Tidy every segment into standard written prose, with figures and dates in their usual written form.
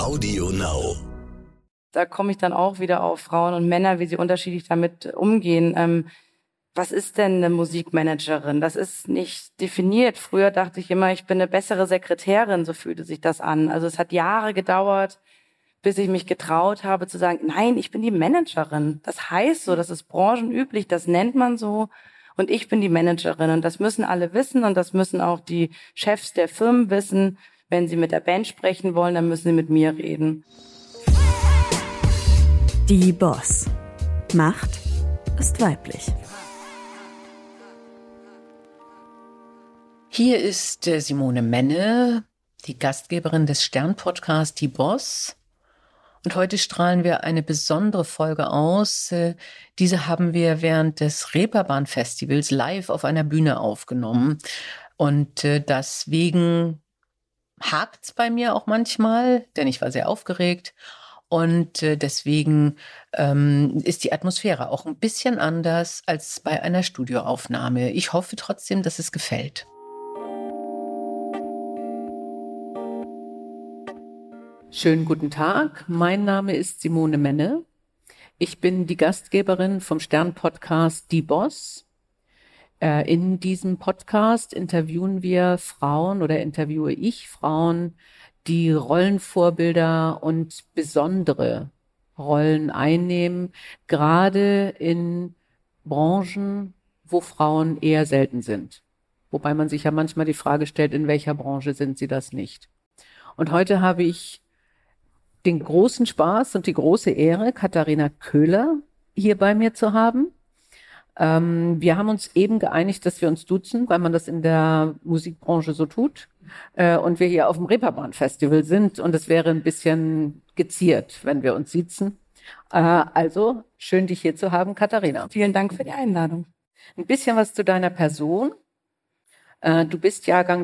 Audio Now. Da komme ich dann auch wieder auf Frauen und Männer, wie sie unterschiedlich damit umgehen. Was ist denn eine Musikmanagerin? Das ist nicht definiert. Früher dachte ich immer, ich bin eine bessere Sekretärin, so fühlte sich das an. Also es hat Jahre gedauert, bis ich mich getraut habe zu sagen, nein, ich bin die Managerin. Das heißt so, das ist branchenüblich, das nennt man so. Und ich bin die Managerin. Und das müssen alle wissen und das müssen auch die Chefs der Firmen wissen. Wenn sie mit der Band sprechen wollen, dann müssen sie mit mir reden. Die Boss. Macht ist weiblich. Hier ist Simone Menne, die Gastgeberin des Stern-Podcasts Die Boss. Und heute strahlen wir eine besondere Folge aus. Diese haben wir während des Reeperbahn-Festivals live auf einer Bühne aufgenommen. Und deswegen hakt's bei mir auch manchmal, denn ich war sehr aufgeregt. Und deswegen ist die Atmosphäre auch ein bisschen anders als bei einer Studioaufnahme. Ich hoffe trotzdem, dass es gefällt. Schönen guten Tag, mein Name ist Simone Menne. Ich bin die Gastgeberin vom Stern-Podcast Die Boss. In diesem Podcast interviewe ich Frauen, die Rollenvorbilder und besondere Rollen einnehmen, gerade in Branchen, wo Frauen eher selten sind. Wobei man sich ja manchmal die Frage stellt, in welcher Branche sind sie das nicht? Und heute habe ich den großen Spaß und die große Ehre, Katharina Köhler hier bei mir zu haben. Wir haben uns eben geeinigt, dass wir uns duzen, weil man das in der Musikbranche so tut. Und wir hier auf dem Reeperbahn-Festival sind und es wäre ein bisschen geziert, wenn wir uns siezen. Also schön, dich hier zu haben, Katharina. Vielen Dank für die Einladung. Ein bisschen was zu deiner Person. Du bist Jahrgang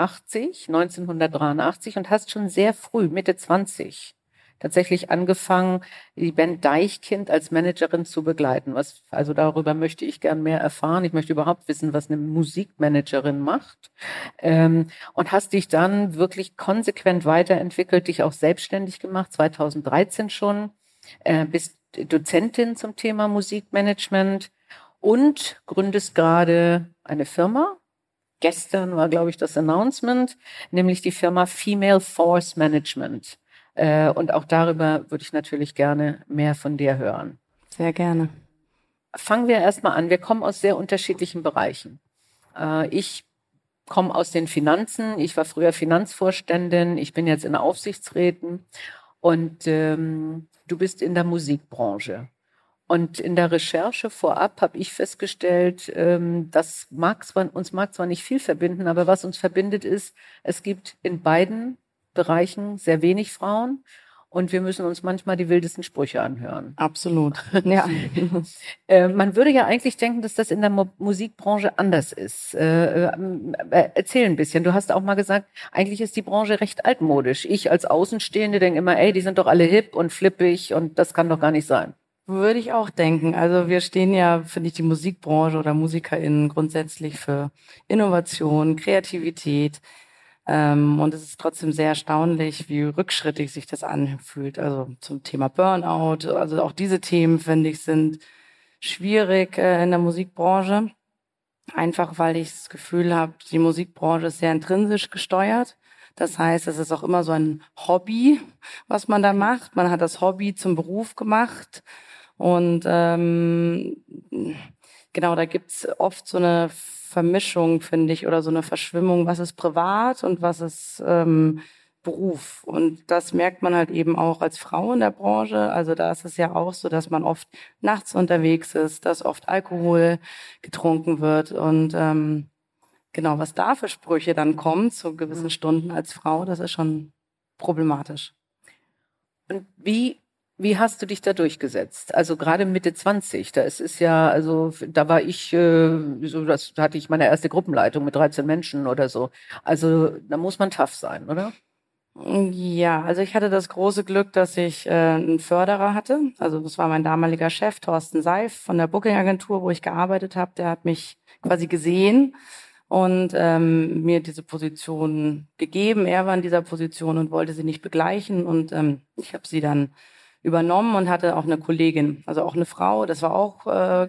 1983 und hast schon sehr früh, Mitte 20, tatsächlich angefangen, die Band Deichkind als Managerin zu begleiten. Also darüber möchte ich gern mehr erfahren. Ich möchte überhaupt wissen, was eine Musikmanagerin macht. Und hast dich dann wirklich konsequent weiterentwickelt, dich auch selbstständig gemacht, 2013 schon. Bist Dozentin zum Thema Musikmanagement und gründest gerade eine Firma. Gestern war, glaube ich, das Announcement, nämlich die Firma Female Force Management. Und auch darüber würde ich natürlich gerne mehr von dir hören. Sehr gerne. Fangen wir erstmal an. Wir kommen aus sehr unterschiedlichen Bereichen. Ich komme aus den Finanzen. Ich war früher Finanzvorständin. Ich bin jetzt in Aufsichtsräten. Und du bist in der Musikbranche. Und in der Recherche vorab habe ich festgestellt, das uns mag zwar nicht viel verbinden, aber was uns verbindet ist, es gibt in beiden Bereichen sehr wenig Frauen und wir müssen uns manchmal die wildesten Sprüche anhören. Absolut. Ja. Man würde ja eigentlich denken, dass das in der Musikbranche anders ist. Erzähl ein bisschen. Du hast auch mal gesagt, eigentlich ist die Branche recht altmodisch. Ich als Außenstehende denke immer, die sind doch alle hip und flippig und das kann doch gar nicht sein. Würde ich auch denken. Also wir stehen ja, finde ich, die Musikbranche oder MusikerInnen grundsätzlich für Innovation, Kreativität. Und es ist trotzdem sehr erstaunlich, wie rückschrittig sich das anfühlt. Also zum Thema Burnout. Also auch diese Themen, finde ich, sind schwierig in der Musikbranche. Einfach, weil ich das Gefühl habe, die Musikbranche ist sehr intrinsisch gesteuert. Das heißt, es ist auch immer so ein Hobby, was man da macht. Man hat das Hobby zum Beruf gemacht. Und genau, da gibt's oft so eine Vermischung, finde ich, oder so eine Verschwimmung, was ist privat und was ist Beruf. Und das merkt man halt eben auch als Frau in der Branche. Also da ist es ja auch so, dass man oft nachts unterwegs ist, dass oft Alkohol getrunken wird. Und genau, was da für Sprüche dann kommen zu gewissen Stunden als Frau, das ist schon problematisch. Und wie hast du dich da durchgesetzt? Also gerade Mitte 20, da war ich, da hatte ich meine erste Gruppenleitung mit 13 Menschen oder so. Also da muss man tough sein, oder? Ja, also ich hatte das große Glück, dass ich einen Förderer hatte. Also das war mein damaliger Chef, Thorsten Seif von der Booking-Agentur, wo ich gearbeitet habe. Der hat mich quasi gesehen und mir diese Position gegeben. Er war in dieser Position und wollte sie nicht begleichen und ich habe sie dann übernommen und hatte auch eine Kollegin, also auch eine Frau, das war auch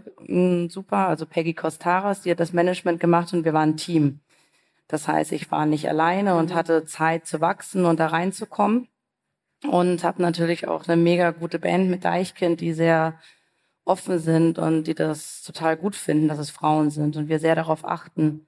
super, also Peggy Costaras, die hat das Management gemacht und wir waren ein Team. Das heißt, ich war nicht alleine und hatte Zeit zu wachsen und da reinzukommen und habe natürlich auch eine mega gute Band mit Deichkind, die sehr offen sind und die das total gut finden, dass es Frauen sind und wir sehr darauf achten,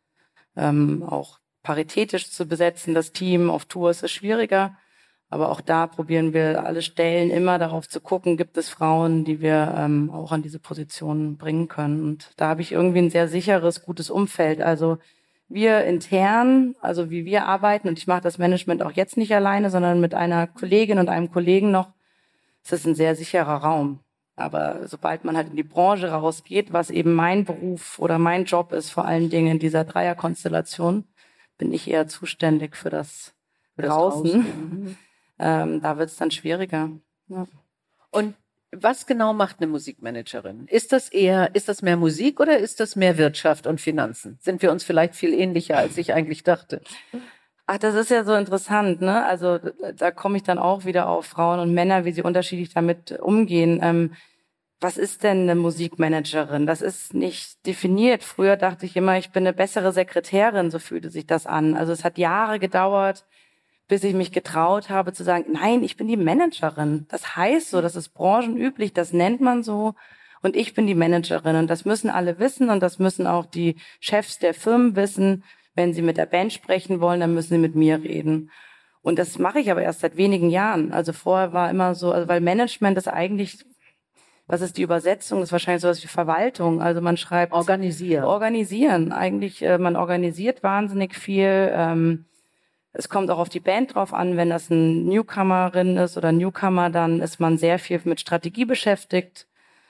auch paritätisch zu besetzen, das Team. Auf Tour ist es schwieriger. Aber auch da probieren wir alle Stellen immer darauf zu gucken, gibt es Frauen, die wir auch an diese Positionen bringen können. Und da habe ich irgendwie ein sehr sicheres, gutes Umfeld. Also wir intern, also wie wir arbeiten, und ich mache das Management auch jetzt nicht alleine, sondern mit einer Kollegin und einem Kollegen noch, ist es ein sehr sicherer Raum. Aber sobald man halt in die Branche rausgeht, was eben mein Beruf oder mein Job ist, vor allen Dingen in dieser Dreierkonstellation, bin ich eher zuständig für das draußen. Da wird es dann schwieriger. Ja. Und was genau macht eine Musikmanagerin? Ist das mehr Musik oder ist das mehr Wirtschaft und Finanzen? Sind wir uns vielleicht viel ähnlicher, als ich eigentlich dachte? Ach, das ist ja so interessant, ne? Also da komme ich dann auch wieder auf Frauen und Männer, wie sie unterschiedlich damit umgehen. Was ist denn eine Musikmanagerin? Das ist nicht definiert. Früher dachte ich immer, ich bin eine bessere Sekretärin, so fühlte sich das an. Also es hat Jahre gedauert, bis ich mich getraut habe zu sagen, nein, ich bin die Managerin. Das heißt so, das ist branchenüblich, das nennt man so. Und ich bin die Managerin. Und das müssen alle wissen und das müssen auch die Chefs der Firmen wissen. Wenn sie mit der Band sprechen wollen, dann müssen sie mit mir reden. Und das mache ich aber erst seit wenigen Jahren. Also vorher war immer so, also weil Management ist eigentlich, was ist die Übersetzung? Das ist wahrscheinlich sowas wie Verwaltung. Also man schreibt Organisieren. Eigentlich, man organisiert wahnsinnig viel. Es kommt auch auf die Band drauf an, wenn das ein Newcomerin ist oder Newcomer, dann ist man sehr viel mit Strategie beschäftigt.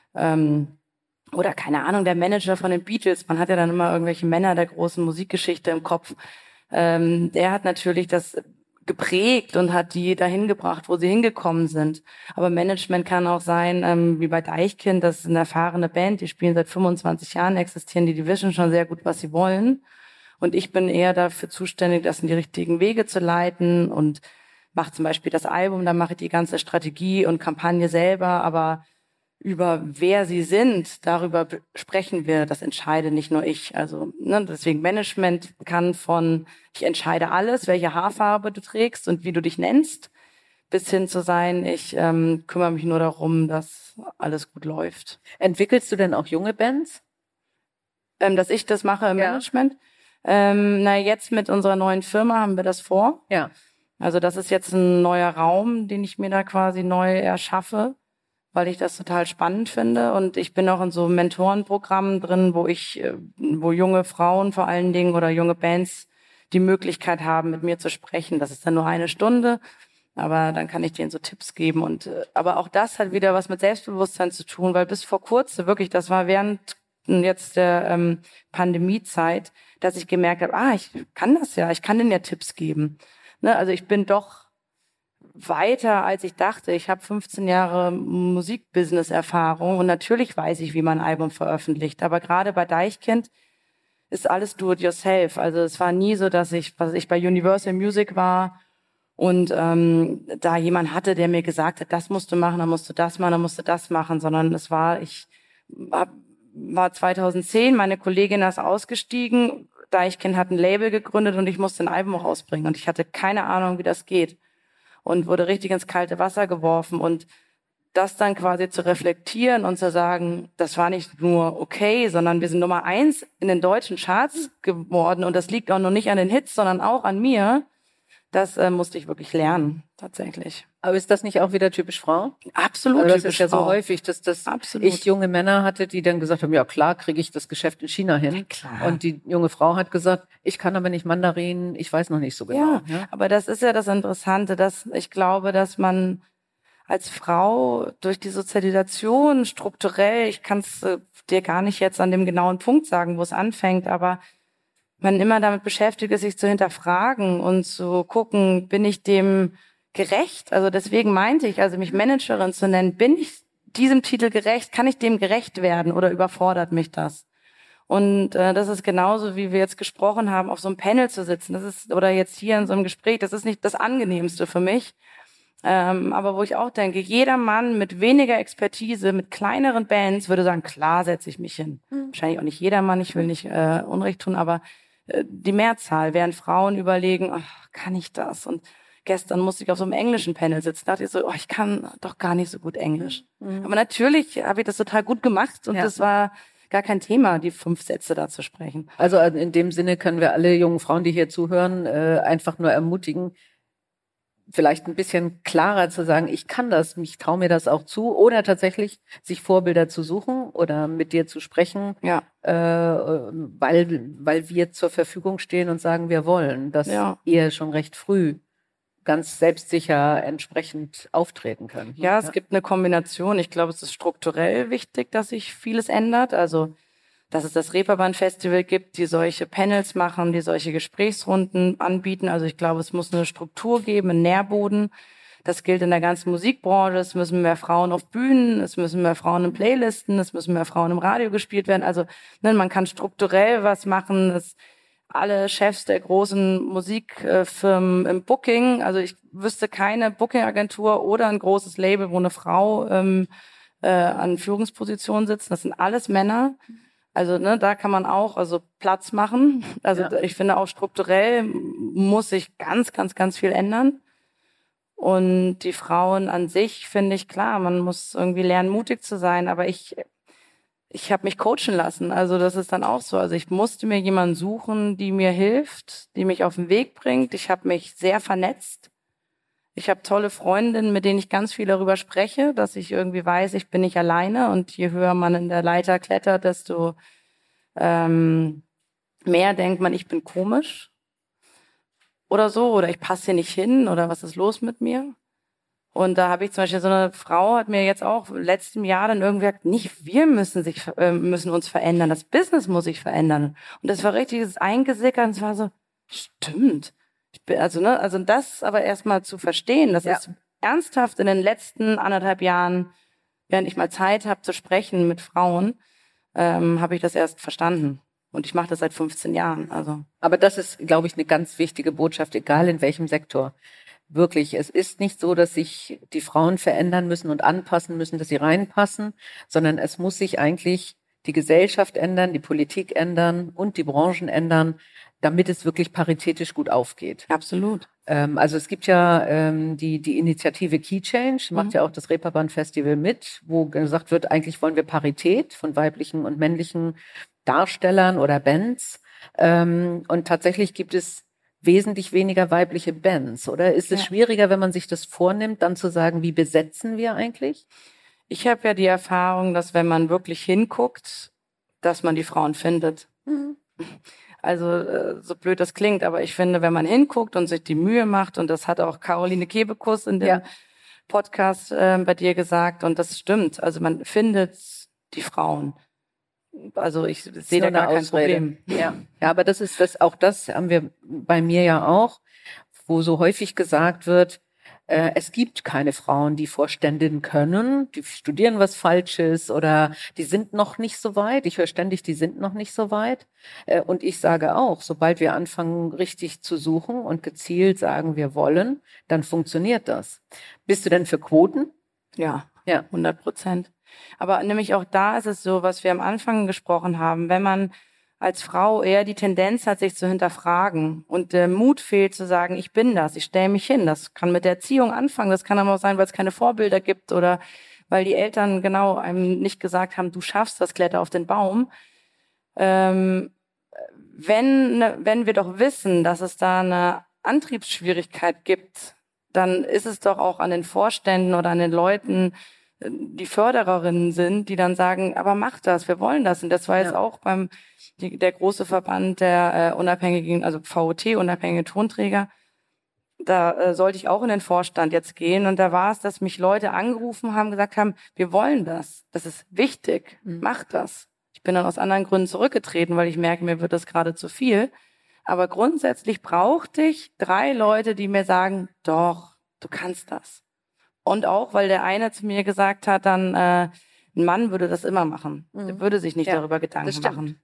Oder keine Ahnung, der Manager von den Beatles, man hat ja dann immer irgendwelche Männer der großen Musikgeschichte im Kopf. Der hat natürlich das geprägt und hat die dahin gebracht, wo sie hingekommen sind. Aber Management kann auch sein, wie bei Deichkind, das ist eine erfahrene Band, die spielen seit 25 Jahren, existieren die wissen schon sehr gut, was sie wollen. Und ich bin eher dafür zuständig, das in die richtigen Wege zu leiten und mache zum Beispiel das Album, dann mache ich die ganze Strategie und Kampagne selber, aber über wer sie sind, darüber sprechen wir, das entscheide nicht nur ich. Also deswegen Management kann von, ich entscheide alles, welche Haarfarbe du trägst und wie du dich nennst, bis hin zu sein, ich kümmere mich nur darum, dass alles gut läuft. Entwickelst du denn auch junge Bands? Dass ich das mache im Management? Jetzt mit unserer neuen Firma haben wir das vor. Ja. Also das ist jetzt ein neuer Raum, den ich mir da quasi neu erschaffe, weil ich das total spannend finde. Und ich bin auch in so Mentorenprogrammen drin, wo junge Frauen vor allen Dingen oder junge Bands die Möglichkeit haben, mit mir zu sprechen. Das ist dann nur 1 Stunde, aber dann kann ich denen so Tipps geben. Und aber auch das hat wieder was mit Selbstbewusstsein zu tun, weil bis vor kurzem wirklich, das war während jetzt der Pandemiezeit, dass ich gemerkt habe, ich kann das ja, ich kann denen ja Tipps geben. Ne? Also ich bin doch weiter, als ich dachte. Ich habe 15 Jahre Musikbusiness-Erfahrung und natürlich weiß ich, wie man ein Album veröffentlicht. Aber gerade bei Deichkind ist alles do-it-yourself. Also es war nie so, dass ich bei Universal Music war und da jemand hatte, der mir gesagt hat, das musst du machen, dann musst du das machen, dann musst du das machen, sondern es war, war 2010, meine Kollegin ist ausgestiegen, Deichkind hat ein Label gegründet und ich musste ein Album rausbringen und ich hatte keine Ahnung, wie das geht und wurde richtig ins kalte Wasser geworfen und das dann quasi zu reflektieren und zu sagen, das war nicht nur okay, sondern wir sind Nummer 1 in den deutschen Charts geworden und das liegt auch noch nicht an den Hits, sondern auch an mir. Das musste ich wirklich lernen, tatsächlich. Aber ist das nicht auch wieder typisch Frau? Absolut. Also das ist ja so häufig, dass Absolut. ich junge Männer hatte, die dann gesagt haben, ja klar, kriege ich das Geschäft in China hin. Ja, klar. Und die junge Frau hat gesagt, ich kann aber nicht Mandarin, ich weiß noch nicht so genau. Ja, aber das ist ja das Interessante, dass ich glaube, dass man als Frau durch die Sozialisation strukturell, ich kann es dir gar nicht jetzt an dem genauen Punkt sagen, wo es anfängt, aber man immer damit beschäftigt ist, sich zu hinterfragen und zu gucken, bin ich dem gerecht? Also deswegen meinte ich, also mich Managerin zu nennen, bin ich diesem Titel gerecht? Kann ich dem gerecht werden oder überfordert mich das? Und das ist genauso, wie wir jetzt gesprochen haben, auf so einem Panel zu sitzen. Das ist, oder jetzt hier in so einem Gespräch, das ist nicht das Angenehmste für mich. Aber wo ich auch denke, jeder Mann mit weniger Expertise, mit kleineren Bands würde sagen, klar setze ich mich hin. Wahrscheinlich auch nicht jeder Mann, ich will nicht Unrecht tun, aber die Mehrzahl, während Frauen überlegen, ach, kann ich das? Und gestern musste ich auf so einem englischen Panel sitzen, dachte ich so, oh, ich kann doch gar nicht so gut Englisch. Aber natürlich habe ich das total gut gemacht und das war gar kein Thema, die 5 Sätze da zu sprechen. Also in dem Sinne können wir alle jungen Frauen, die hier zuhören, einfach nur ermutigen, vielleicht ein bisschen klarer zu sagen, ich kann das, ich traue mir das auch zu, oder tatsächlich sich Vorbilder zu suchen oder mit dir zu sprechen, weil wir zur Verfügung stehen und sagen, wir wollen, dass ihr schon recht früh ganz selbstsicher entsprechend auftreten könnt. Ja, es gibt eine Kombination. Ich glaube, es ist strukturell wichtig, dass sich vieles ändert. Also dass es das Reeperbahn-Festival gibt, die solche Panels machen, die solche Gesprächsrunden anbieten. Also ich glaube, es muss eine Struktur geben, einen Nährboden. Das gilt in der ganzen Musikbranche. Es müssen mehr Frauen auf Bühnen, es müssen mehr Frauen in Playlisten, es müssen mehr Frauen im Radio gespielt werden. Also man kann strukturell was machen. Alle Chefs der großen Musikfirmen im Booking, also ich wüsste keine Booking-Agentur oder ein großes Label, wo eine Frau an Führungspositionen sitzt. Das sind alles Männer. Also da kann man auch Platz machen. Also ich finde auch strukturell muss sich ganz, ganz, ganz viel ändern. Und die Frauen an sich finde ich klar, man muss irgendwie lernen, mutig zu sein. Aber ich habe mich coachen lassen. Also das ist dann auch so. Also ich musste mir jemanden suchen, die mir hilft, die mich auf den Weg bringt. Ich habe mich sehr vernetzt. Ich habe tolle Freundinnen, mit denen ich ganz viel darüber spreche, dass ich irgendwie weiß, ich bin nicht alleine. Und je höher man in der Leiter klettert, desto mehr denkt man, ich bin komisch oder so. Oder ich passe hier nicht hin oder was ist los mit mir? Und da habe ich zum Beispiel so eine Frau, hat mir jetzt auch im letzten Jahr dann irgendwie gesagt, nicht wir müssen uns verändern, das Business muss sich verändern. Und das war richtig das Eingesickert und es war so, stimmt. Also das aber erstmal zu verstehen, das ist ernsthaft in den letzten 1,5 Jahren, während ich mal Zeit habe zu sprechen mit Frauen, habe ich das erst verstanden. Und ich mache das seit 15 Jahren. Also. Aber das ist, glaube ich, eine ganz wichtige Botschaft, egal in welchem Sektor. Wirklich, es ist nicht so, dass sich die Frauen verändern müssen und anpassen müssen, dass sie reinpassen, sondern es muss sich eigentlich die Gesellschaft ändern, die Politik ändern und die Branchen ändern, damit es wirklich paritätisch gut aufgeht. Absolut. Also es gibt ja die Initiative Key Change, macht ja auch das Reeperbahn-Festival mit, wo gesagt wird, eigentlich wollen wir Parität von weiblichen und männlichen Darstellern oder Bands. Und tatsächlich gibt es wesentlich weniger weibliche Bands, oder? Ist es schwieriger, wenn man sich das vornimmt, dann zu sagen, wie besetzen wir eigentlich? Ich habe ja die Erfahrung, dass wenn man wirklich hinguckt, dass man die Frauen findet. Also so blöd das klingt, aber ich finde, wenn man hinguckt und sich die Mühe macht, und das hat auch Caroline Kebekus in dem Podcast bei dir gesagt, und das stimmt, also man findet die Frauen. Also ich sehe da gar kein Problem. Ja, aber das haben wir bei mir ja auch, wo so häufig gesagt wird, es gibt keine Frauen, die Vorständin können, die studieren was Falsches oder die sind noch nicht so weit. Ich höre ständig, die sind noch nicht so weit. Und ich sage auch, sobald wir anfangen, richtig zu suchen und gezielt sagen, wir wollen, dann funktioniert das. Bist du denn für Quoten? Ja. 100%. Aber nämlich auch da ist es so, was wir am Anfang gesprochen haben, wenn man als Frau eher die Tendenz hat, sich zu hinterfragen und der Mut fehlt zu sagen, ich bin das, ich stelle mich hin. Das kann mit der Erziehung anfangen, das kann aber auch sein, weil es keine Vorbilder gibt oder weil die Eltern genau einem nicht gesagt haben, du schaffst das, kletter auf den Baum. Wenn wir doch wissen, dass es da eine Antriebsschwierigkeit gibt, dann ist es doch auch an den Vorständen oder an den Leuten, die Fördererinnen sind, die dann sagen, aber mach das, wir wollen das. Und das war jetzt auch der große Verband der unabhängigen, also VOT, unabhängige Tonträger. Da sollte ich auch in den Vorstand jetzt gehen. Und da war es, dass mich Leute angerufen haben, gesagt haben, wir wollen das. Das ist wichtig. Mach das. Ich bin dann aus anderen Gründen zurückgetreten, weil ich merke, mir wird das gerade zu viel. Aber grundsätzlich brauchte ich 3 Leute, die mir sagen, doch, du kannst das. Und auch, weil der eine zu mir gesagt hat, dann ein Mann würde das immer machen. Der würde sich nicht darüber Gedanken machen.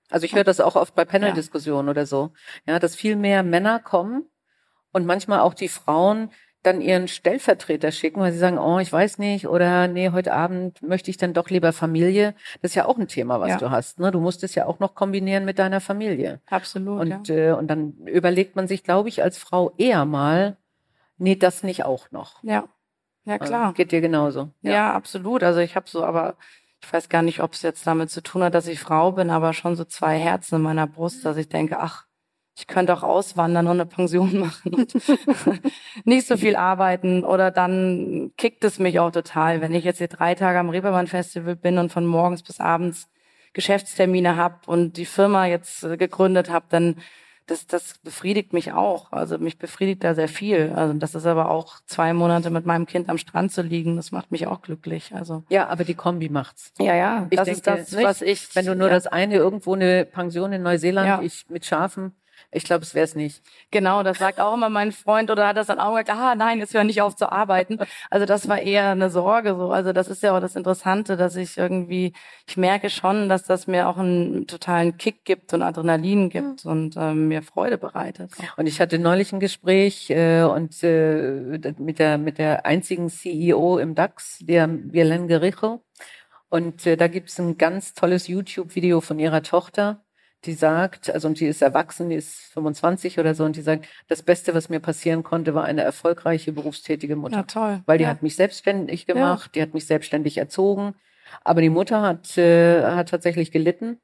Also ich höre das auch oft bei Panel-Diskussionen oder so, ja, dass viel mehr Männer kommen und manchmal auch die Frauen dann ihren Stellvertreter schicken, weil sie sagen, oh, ich weiß nicht, oder nee, heute Abend möchte ich dann doch lieber Familie. Das ist ja auch ein Thema, was du hast, ne? Du musst es ja auch noch kombinieren mit deiner Familie. Absolut, und dann überlegt man sich, glaube ich, als Frau eher mal, nee, das nicht auch noch. Ja, klar. Geht dir genauso? Ja, absolut. Also ich habe so, aber ich weiß gar nicht, ob es jetzt damit zu tun hat, dass ich Frau bin, aber schon so 2 Herzen in meiner Brust, dass ich denke, ach, ich könnte auch auswandern und eine Pension machen und nicht so viel arbeiten. Oder dann kickt es mich auch total, wenn ich jetzt hier 3 Tage am Reeperbahn Festival bin und von morgens bis abends Geschäftstermine habe und die Firma jetzt gegründet habe, dann das befriedigt mich auch. Also mich befriedigt da sehr viel. Also das ist aber auch 2 Monate mit meinem Kind am Strand zu liegen, das macht mich auch glücklich. Also ja, aber die Kombi macht's. Ja, ich das denke, ist das, nicht, was ich. Wenn du nur das eine irgendwo eine Pension in Neuseeland, ich mit Schafen, ich glaube, es wäre es nicht. Genau, das sagt auch immer mein Freund oder hat das dann auch gesagt, nein, jetzt hör nicht auf zu arbeiten. Also das war eher eine Sorge so. Also das ist ja auch das Interessante, dass ich merke schon, dass das mir auch einen totalen Kick gibt und Adrenalin gibt und mir Freude bereitet. Und ich hatte neulich ein Gespräch mit der einzigen CEO im DAX, der Violaine Guerrero. Und da gibt's ein ganz tolles YouTube-Video von ihrer Tochter, die sagt, also und die ist erwachsen, die ist 25 oder so, und die sagt, das Beste, was mir passieren konnte, war eine erfolgreiche berufstätige Mutter. Ja, toll. Weil die hat mich selbstständig gemacht, die hat mich selbstständig erzogen, aber die Mutter hat tatsächlich gelitten,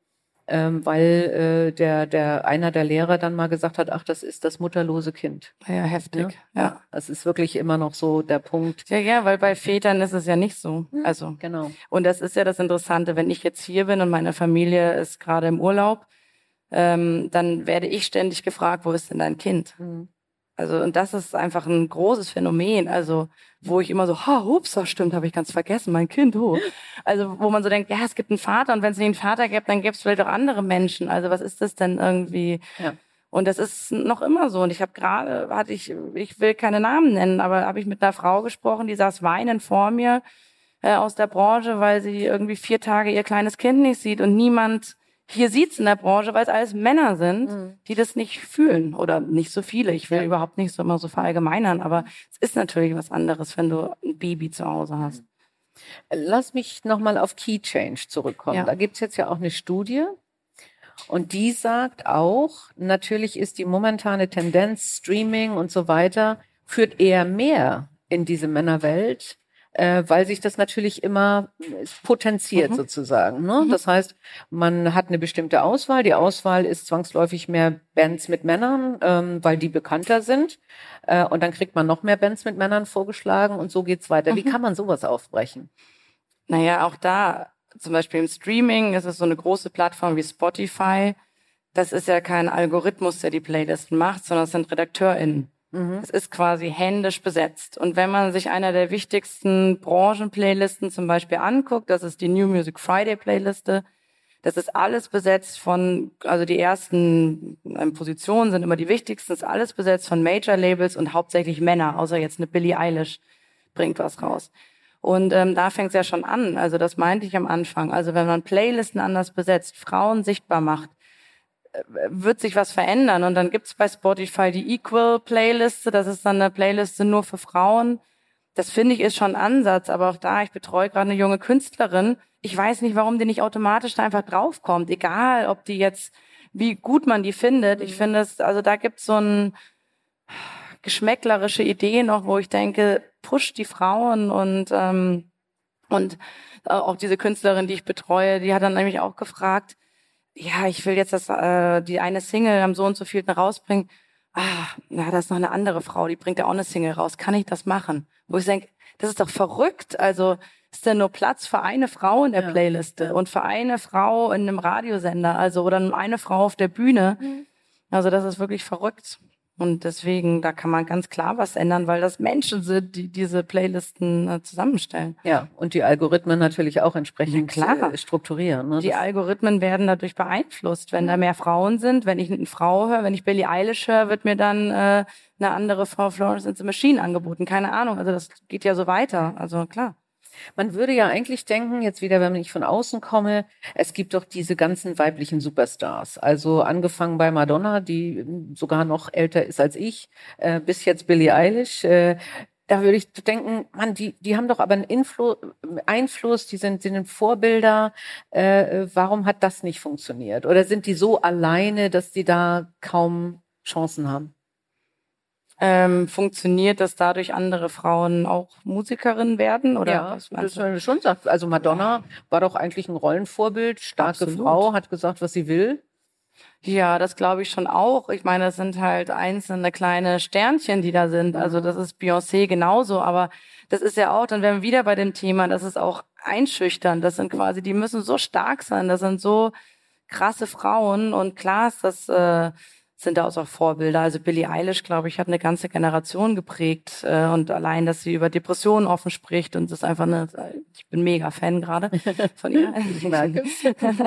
weil einer der Lehrer dann mal gesagt hat, ach, das ist das mutterlose Kind. Ja, heftig. Ja. Das ist wirklich immer noch so der Punkt. Ja, weil bei Vätern ist es ja nicht so. Also genau. Und das ist ja das Interessante, wenn ich jetzt hier bin und meine Familie ist gerade im Urlaub, dann werde ich ständig gefragt, wo ist denn dein Kind? Also, und das ist einfach ein großes Phänomen, also, wo ich immer so, ups, das stimmt, habe ich ganz vergessen, mein Kind, Also, wo man so denkt, ja, es gibt einen Vater und wenn es nicht einen Vater gibt, dann gäbe es vielleicht auch andere Menschen. Also, was ist das denn irgendwie? Ja. Und das ist noch immer so. Und ich habe gerade, ich will keine Namen nennen, aber habe ich mit einer Frau gesprochen, die saß weinend vor mir aus der Branche, weil sie irgendwie 4 Tage ihr kleines Kind nicht sieht und niemand hier sieht's in der Branche, weil es alles Männer sind, die das nicht fühlen oder nicht so viele. Ich will überhaupt nicht so immer so verallgemeinern, aber es ist natürlich was anderes, wenn du ein Baby zu Hause hast. Lass mich nochmal auf Key Change zurückkommen. Ja. Da gibt's jetzt ja auch eine Studie und die sagt auch, natürlich ist die momentane Tendenz, Streaming und so weiter, führt eher mehr in diese Männerwelt, weil sich das natürlich immer potenziert sozusagen. Ne? Das heißt, man hat eine bestimmte Auswahl. Die Auswahl ist zwangsläufig mehr Bands mit Männern, weil die bekannter sind. Und dann kriegt man noch mehr Bands mit Männern vorgeschlagen und so geht's weiter. Wie kann man sowas aufbrechen? Naja, auch da, zum Beispiel im Streaming, ist es so eine große Plattform wie Spotify. Das ist ja kein Algorithmus, der die Playlisten macht, sondern es sind RedakteurInnen. Es ist quasi händisch besetzt. Und wenn man sich einer der wichtigsten Branchen-Playlisten zum Beispiel anguckt, das ist die New Music Friday Playliste, das ist alles besetzt also die ersten Positionen sind immer die wichtigsten, ist alles besetzt von Major-Labels und hauptsächlich Männer, außer jetzt eine Billie Eilish bringt was raus. Und da fängt es ja schon an, also das meinte ich am Anfang. Also wenn man Playlisten anders besetzt, Frauen sichtbar macht, wird sich was verändern. Und dann gibt's bei Spotify die Equal-Playliste. Das ist dann eine Playliste nur für Frauen. Das finde ich ist schon ein Ansatz. Aber auch da, ich betreue gerade eine junge Künstlerin. Ich weiß nicht, warum die nicht automatisch da einfach draufkommt. Egal, ob die jetzt, wie gut man die findet. Ich finde es, also da gibt's so ein geschmäcklerische Idee noch, wo ich denke, push die Frauen und auch diese Künstlerin, die ich betreue, die hat dann nämlich auch gefragt, ja, ich will jetzt die eine Single am so und so viel rausbringen. Da ist noch eine andere Frau, die bringt ja auch eine Single raus. Kann ich das machen? Wo ich denke, das ist doch verrückt. Also ist denn nur Platz für eine Frau in der Playliste und für eine Frau in einem Radiosender, also oder eine Frau auf der Bühne. Also das ist wirklich verrückt. Und deswegen, da kann man ganz klar was ändern, weil das Menschen sind, die diese Playlisten zusammenstellen. Ja, und die Algorithmen natürlich auch entsprechend strukturieren. Ne? Die Algorithmen werden dadurch beeinflusst. Wenn da mehr Frauen sind, wenn ich eine Frau höre, wenn ich Billie Eilish höre, wird mir dann eine andere Frau Florence and the Machine angeboten. Keine Ahnung, also das geht ja so weiter. Also klar. Man würde ja eigentlich denken, jetzt wieder, wenn ich von außen komme, es gibt doch diese ganzen weiblichen Superstars. Also angefangen bei Madonna, die sogar noch älter ist als ich, bis jetzt Billie Eilish. Da würde ich denken, Mann, die haben doch aber einen Einfluss, die sind Vorbilder. Warum hat das nicht funktioniert? Oder sind die so alleine, dass die da kaum Chancen haben? Funktioniert, dass dadurch andere Frauen auch Musikerinnen werden? Oder Ja, was meinst das du? man schon sagt. Also Madonna war doch eigentlich ein Rollenvorbild, starke Absolut. Frau, hat gesagt, was sie will. Ja, das glaube ich schon auch. Ich meine, das sind halt einzelne kleine Sternchen, die da sind. Also das ist Beyoncé genauso, aber das ist ja auch, dann wären wir wieder bei dem Thema, das ist auch einschüchtern. Das sind quasi, die müssen so stark sein. Das sind so krasse Frauen und klar ist das, sind da auch Vorbilder. Also Billie Eilish, glaube ich, hat eine ganze Generation geprägt und allein, dass sie über Depressionen offen spricht und das ist einfach ich bin mega Fan gerade von ihr. Ich merke es.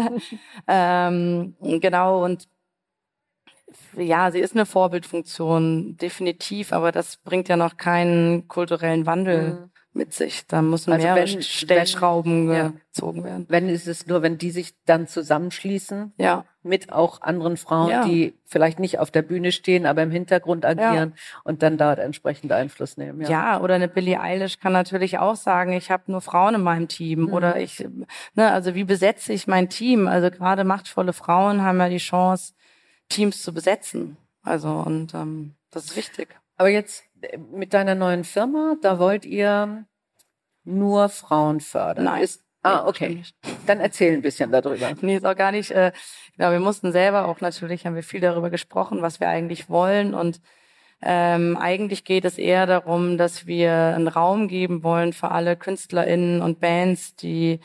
Genau und ja, sie ist eine Vorbildfunktion, definitiv, aber das bringt ja noch keinen kulturellen Wandel mit sich. Da müssen Also mehrere Stellschrauben gezogen werden. Wenn ist es nur, wenn die sich dann zusammenschließen, Ja. mit auch anderen Frauen, Ja. die vielleicht nicht auf der Bühne stehen, aber im Hintergrund agieren und dann dort entsprechend Einfluss nehmen. Ja, oder eine Billie Eilish kann natürlich auch sagen, ich habe nur Frauen in meinem Team oder also wie besetze ich mein Team? Also gerade machtvolle Frauen haben ja die Chance, Teams zu besetzen. Also und das ist wichtig. Aber jetzt mit deiner neuen Firma, da wollt ihr nur Frauen fördern? Nein. Okay. Dann erzähl ein bisschen darüber. Nee, ist auch gar nicht, genau, wir mussten selber auch natürlich, haben wir viel darüber gesprochen, was wir eigentlich wollen und eigentlich geht es eher darum, dass wir einen Raum geben wollen für alle KünstlerInnen und Bands, die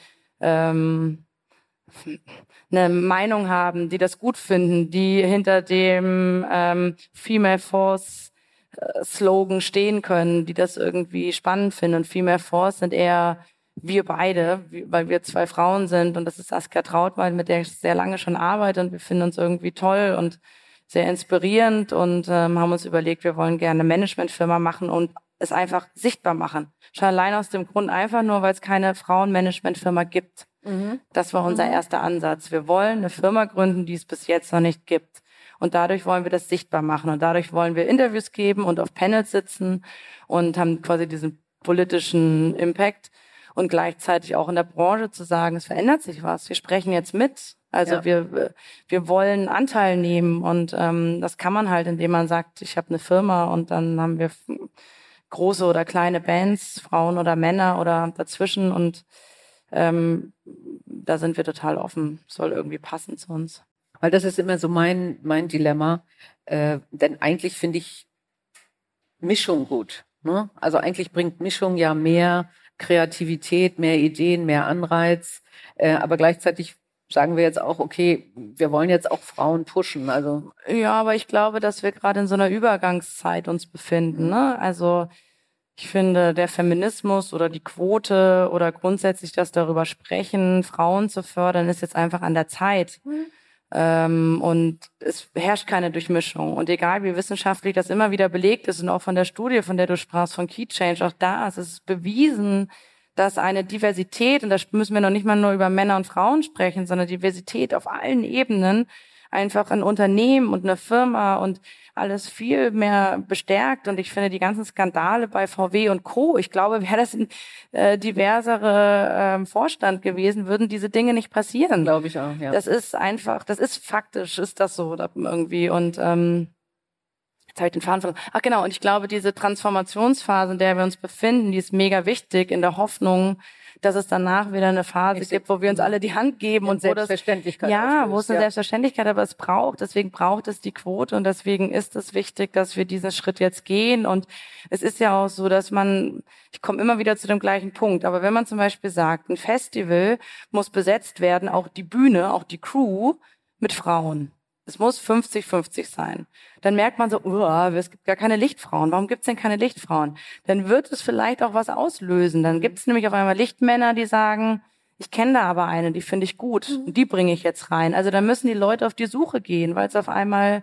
eine Meinung haben, die das gut finden, die hinter dem Female Force Slogan stehen können, die das irgendwie spannend finden. Und Female Force sind eher wir beide, weil wir zwei Frauen sind und das ist Saskia Trautmann, mit der ich sehr lange schon arbeite und wir finden uns irgendwie toll und sehr inspirierend und haben uns überlegt, wir wollen gerne eine Managementfirma machen und es einfach sichtbar machen. Schon allein aus dem Grund einfach nur, weil es keine Frauenmanagementfirma gibt. Das war unser erster Ansatz. Wir wollen eine Firma gründen, die es bis jetzt noch nicht gibt. Und dadurch wollen wir das sichtbar machen. Und dadurch wollen wir Interviews geben und auf Panels sitzen und haben quasi diesen politischen Impact und gleichzeitig auch in der Branche zu sagen, es verändert sich was. Wir sprechen jetzt mit. Also wir wollen Anteil nehmen und das kann man halt, indem man sagt, ich habe eine Firma und dann haben wir große oder kleine Bands, Frauen oder Männer oder dazwischen und da sind wir total offen. Soll irgendwie passen zu uns. Weil das ist immer so mein Dilemma. Denn eigentlich finde ich Mischung gut. Ne? Also eigentlich bringt Mischung ja mehr Kreativität, mehr Ideen, mehr Anreiz. Aber gleichzeitig sagen wir jetzt auch, okay, wir wollen jetzt auch Frauen pushen. Also ja, aber ich glaube, dass wir gerade in so einer Übergangszeit uns befinden. Ne? Also ich finde, der Feminismus oder die Quote oder grundsätzlich das darüber sprechen, Frauen zu fördern, ist jetzt einfach an der Zeit. Und es herrscht keine Durchmischung. Und egal, wie wissenschaftlich das immer wieder belegt ist und auch von der Studie, von der du sprachst, von Key Change, auch da ist es bewiesen, dass eine Diversität, und da müssen wir noch nicht mal nur über Männer und Frauen sprechen, sondern Diversität auf allen Ebenen, einfach ein Unternehmen und eine Firma und alles viel mehr bestärkt. Und ich finde, die ganzen Skandale bei VW und Co., ich glaube, wäre das ein diversere Vorstand gewesen, würden diese Dinge nicht passieren. glaube ich auch, ja. Das ist einfach, das ist faktisch, ist das so irgendwie. Und jetzt habe ich den Faden verloren. Ach genau, und ich glaube, diese Transformationsphase, in der wir uns befinden, die ist mega wichtig in der Hoffnung, dass es danach wieder eine Phase gibt, wo wir uns alle die Hand geben und wo das Selbstverständlichkeit wo es eine Selbstverständlichkeit, aber deswegen braucht es die Quote und deswegen ist es wichtig, dass wir diesen Schritt jetzt gehen und es ist ja auch so, dass ich komme immer wieder zu dem gleichen Punkt, aber wenn man zum Beispiel sagt, ein Festival muss besetzt werden, auch die Bühne, auch die Crew mit Frauen. Es muss 50-50 sein. Dann merkt man so, es gibt gar keine Lichtfrauen. Warum gibt's denn keine Lichtfrauen? Dann wird es vielleicht auch was auslösen. Dann gibt's nämlich auf einmal Lichtmänner, die sagen, ich kenne da aber eine, die finde ich gut. Und die bringe ich jetzt rein. Also da müssen die Leute auf die Suche gehen, weil es auf einmal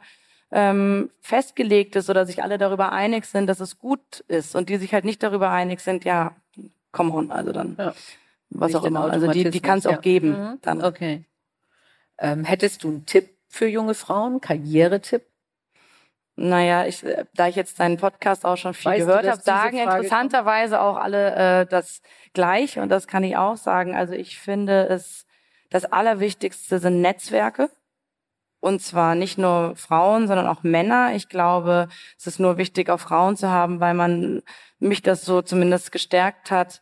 festgelegt ist oder sich alle darüber einig sind, dass es gut ist. Und die sich halt nicht darüber einig sind, ja, come on, also dann Ja. was Nicht auch den immer. Also die Automatismus, kann es auch geben. Mhm. Dann. Okay. Hättest du einen Tipp für junge Frauen, Karrieretipp? Naja, da ich jetzt deinen Podcast auch schon viel Weißt du, gehört dass habe, diese sagen Frage interessanterweise auch alle das gleich und das kann ich auch sagen. Also ich finde das Allerwichtigste sind Netzwerke. Und zwar nicht nur Frauen, sondern auch Männer. Ich glaube, es ist nur wichtig, auch Frauen zu haben, weil mich das so zumindest gestärkt hat,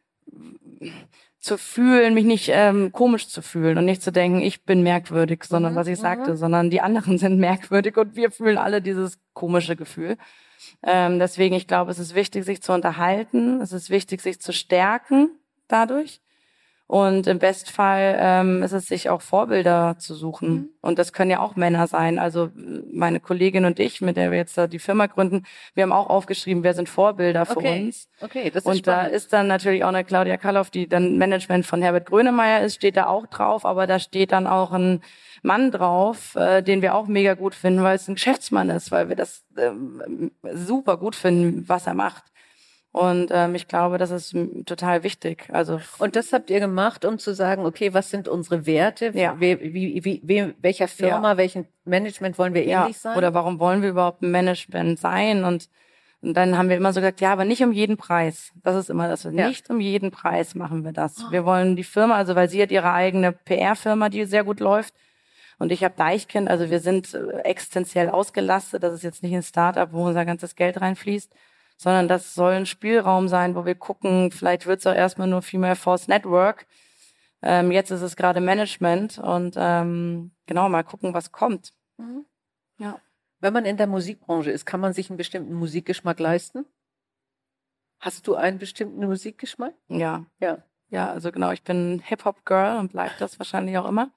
zu fühlen, mich nicht komisch zu fühlen und nicht zu denken, ich bin merkwürdig, sondern was ich sagte, sondern die anderen sind merkwürdig und wir fühlen alle dieses komische Gefühl. Deswegen, ich glaube, es ist wichtig, sich zu unterhalten. Es ist wichtig, sich zu stärken dadurch. Und im Bestfall ist es sich auch Vorbilder zu suchen. Und das können ja auch Männer sein. Also meine Kollegin und ich, mit der wir jetzt da die Firma gründen, wir haben auch aufgeschrieben, wer sind Vorbilder für uns. Okay, das ist Und da spannend. ist dann natürlich auch eine Claudia Kalloff, die dann Management von Herbert Grönemeyer ist, steht da auch drauf. Aber da steht dann auch ein Mann drauf, den wir auch mega gut finden, weil es ein Geschäftsmann ist, weil wir das super gut finden, was er macht. Und ich glaube, das ist total wichtig. Also Und das habt ihr gemacht, um zu sagen, okay, was sind unsere Werte? Ja. Welcher Firma, welchem Management wollen wir ähnlich sein? Oder warum wollen wir überhaupt ein Management sein? Und dann haben wir immer so gesagt, ja, aber nicht um jeden Preis. Das ist immer das. Nicht um jeden Preis machen wir das. Wir wollen die Firma, also weil sie hat ihre eigene PR-Firma, die sehr gut läuft. Und ich habe Deichkind, also wir sind existenziell ausgelastet. Das ist jetzt nicht ein Start-up, wo unser ganzes Geld reinfließt, sondern das soll ein Spielraum sein, wo wir gucken, vielleicht wird es auch erstmal nur Female Force Network. Jetzt ist es gerade Management und genau, mal gucken, was kommt. Ja. Wenn man in der Musikbranche ist, kann man sich einen bestimmten Musikgeschmack leisten? Hast du einen bestimmten Musikgeschmack? Ja. Ja. Ja, also genau, ich bin Hip-Hop-Girl und bleibt das wahrscheinlich auch immer.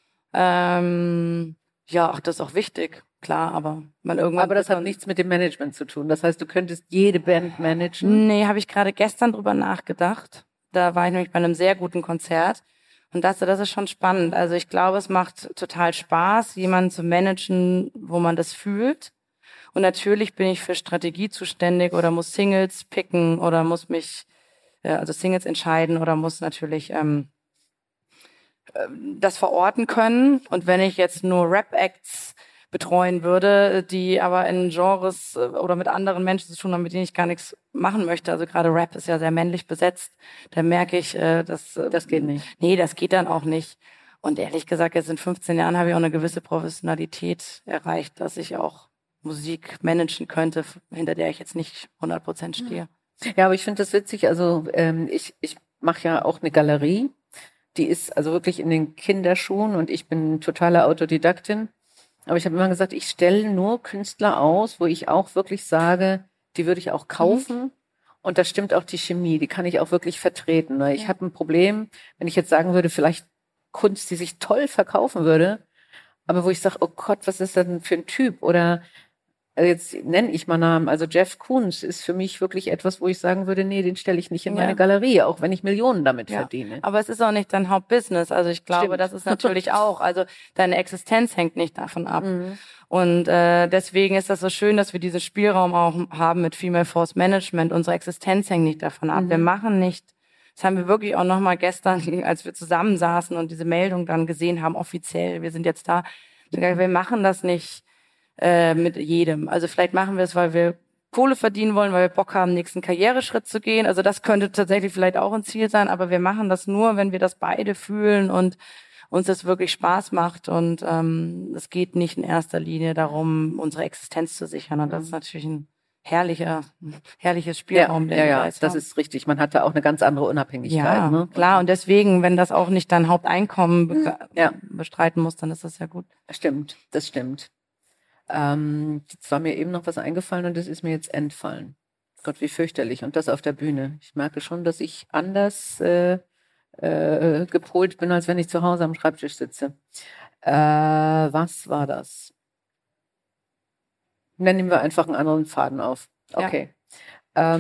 Ja, ach, das ist auch wichtig, klar, aber Aber das hat nichts mit dem Management zu tun. Das heißt, du könntest jede Band managen? Nee, habe ich gerade gestern drüber nachgedacht. Da war ich nämlich bei einem sehr guten Konzert. Und das ist schon spannend. Also ich glaube, es macht total Spaß, jemanden zu managen, wo man das fühlt. Und natürlich bin ich für Strategie zuständig oder muss Singles picken oder muss mich, also Singles entscheiden oder muss natürlich das verorten können. Und wenn ich jetzt nur Rap-Acts betreuen würde, die aber in Genres oder mit anderen Menschen zu tun haben, mit denen ich gar nichts machen möchte. Also gerade Rap ist ja sehr männlich besetzt. Da merke ich, das geht nicht. Nee, das geht dann auch nicht. Und ehrlich gesagt, jetzt in 15 Jahren habe ich auch eine gewisse Professionalität erreicht, dass ich auch Musik managen könnte, hinter der ich jetzt nicht 100% stehe. Ja, aber ich finde das witzig. Also ich mache ja auch eine Galerie. Die ist also wirklich in den Kinderschuhen und ich bin totale Autodidaktin. Aber ich habe immer gesagt, ich stelle nur Künstler aus, wo ich auch wirklich sage, die würde ich auch kaufen. Und da stimmt auch die Chemie, die kann ich auch wirklich vertreten. Ne? Ich habe ein Problem, wenn ich jetzt sagen würde, vielleicht Kunst, die sich toll verkaufen würde, aber wo ich sage, oh Gott, was ist das denn für ein Typ? Oder jetzt nenne ich mal Namen. Also Jeff Koons ist für mich wirklich etwas, wo ich sagen würde, nee, den stelle ich nicht in meine Galerie, auch wenn ich Millionen damit verdiene. Aber es ist auch nicht dein Hauptbusiness. Also ich glaube, das ist natürlich auch, also deine Existenz hängt nicht davon ab. Und deswegen ist das so schön, dass wir diesen Spielraum auch haben mit Female Force Management. Unsere Existenz hängt nicht davon ab. Wir machen nicht, das haben wir wirklich auch nochmal gestern, als wir zusammensaßen und diese Meldung dann gesehen haben, offiziell, wir sind jetzt da, wir machen das nicht mit jedem. Also vielleicht machen wir es, weil wir Kohle verdienen wollen, weil wir Bock haben, nächsten Karriereschritt zu gehen. Also das könnte tatsächlich vielleicht auch ein Ziel sein, aber wir machen das nur, wenn wir das beide fühlen und uns das wirklich Spaß macht. Und es geht nicht in erster Linie darum, unsere Existenz zu sichern. Und das ist natürlich ein herrliches Spielraum. Ja, das ist richtig. Man hat da auch eine ganz andere Unabhängigkeit. Ja, ne? Klar. Und deswegen, wenn das auch nicht dein Haupteinkommen bestreiten muss, dann ist das ja gut. Stimmt, das stimmt. Jetzt war mir eben noch was eingefallen und das ist mir jetzt entfallen. Gott, wie fürchterlich. Und das auf der Bühne. Ich merke schon, dass ich anders gepolt bin, als wenn ich zu Hause am Schreibtisch sitze. Was war das? Dann nehmen wir einfach einen anderen Faden auf. Okay. Ja.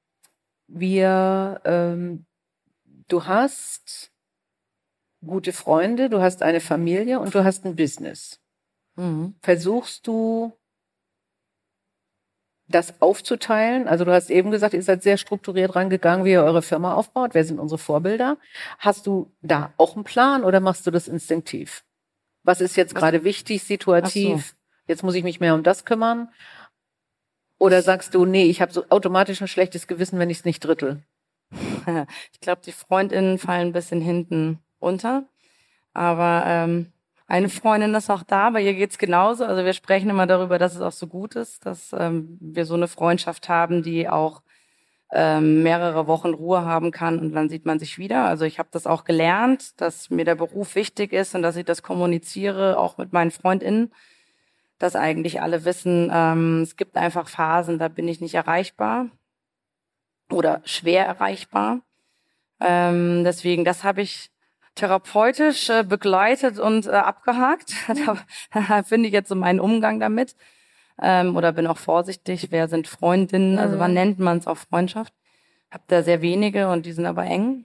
Du hast gute Freunde, du hast eine Familie und du hast ein Business. Versuchst du das aufzuteilen? Also du hast eben gesagt, ihr seid sehr strukturiert rangegangen, wie ihr eure Firma aufbaut. Wer sind unsere Vorbilder? Hast du da auch einen Plan oder machst du das instinktiv? Was ist jetzt gerade wichtig, situativ? Jetzt muss ich mich mehr um das kümmern. Oder sagst du, nee, ich habe so automatisch ein schlechtes Gewissen, wenn ich es nicht drittel? Ich glaube, die FreundInnen fallen ein bisschen hinten unter. Aber eine Freundin ist auch da, bei ihr geht's genauso. Also wir sprechen immer darüber, dass es auch so gut ist, dass wir so eine Freundschaft haben, die auch mehrere Wochen Ruhe haben kann und dann sieht man sich wieder. Also ich habe das auch gelernt, dass mir der Beruf wichtig ist und dass ich das kommuniziere, auch mit meinen FreundInnen, dass eigentlich alle wissen, es gibt einfach Phasen, da bin ich nicht erreichbar oder schwer erreichbar. Deswegen, das habe ich therapeutisch begleitet und abgehakt. Da finde ich jetzt so meinen Umgang damit. Oder bin auch vorsichtig, wer sind Freundinnen, also wann nennt man es auch Freundschaft? Hab da sehr wenige und die sind aber eng.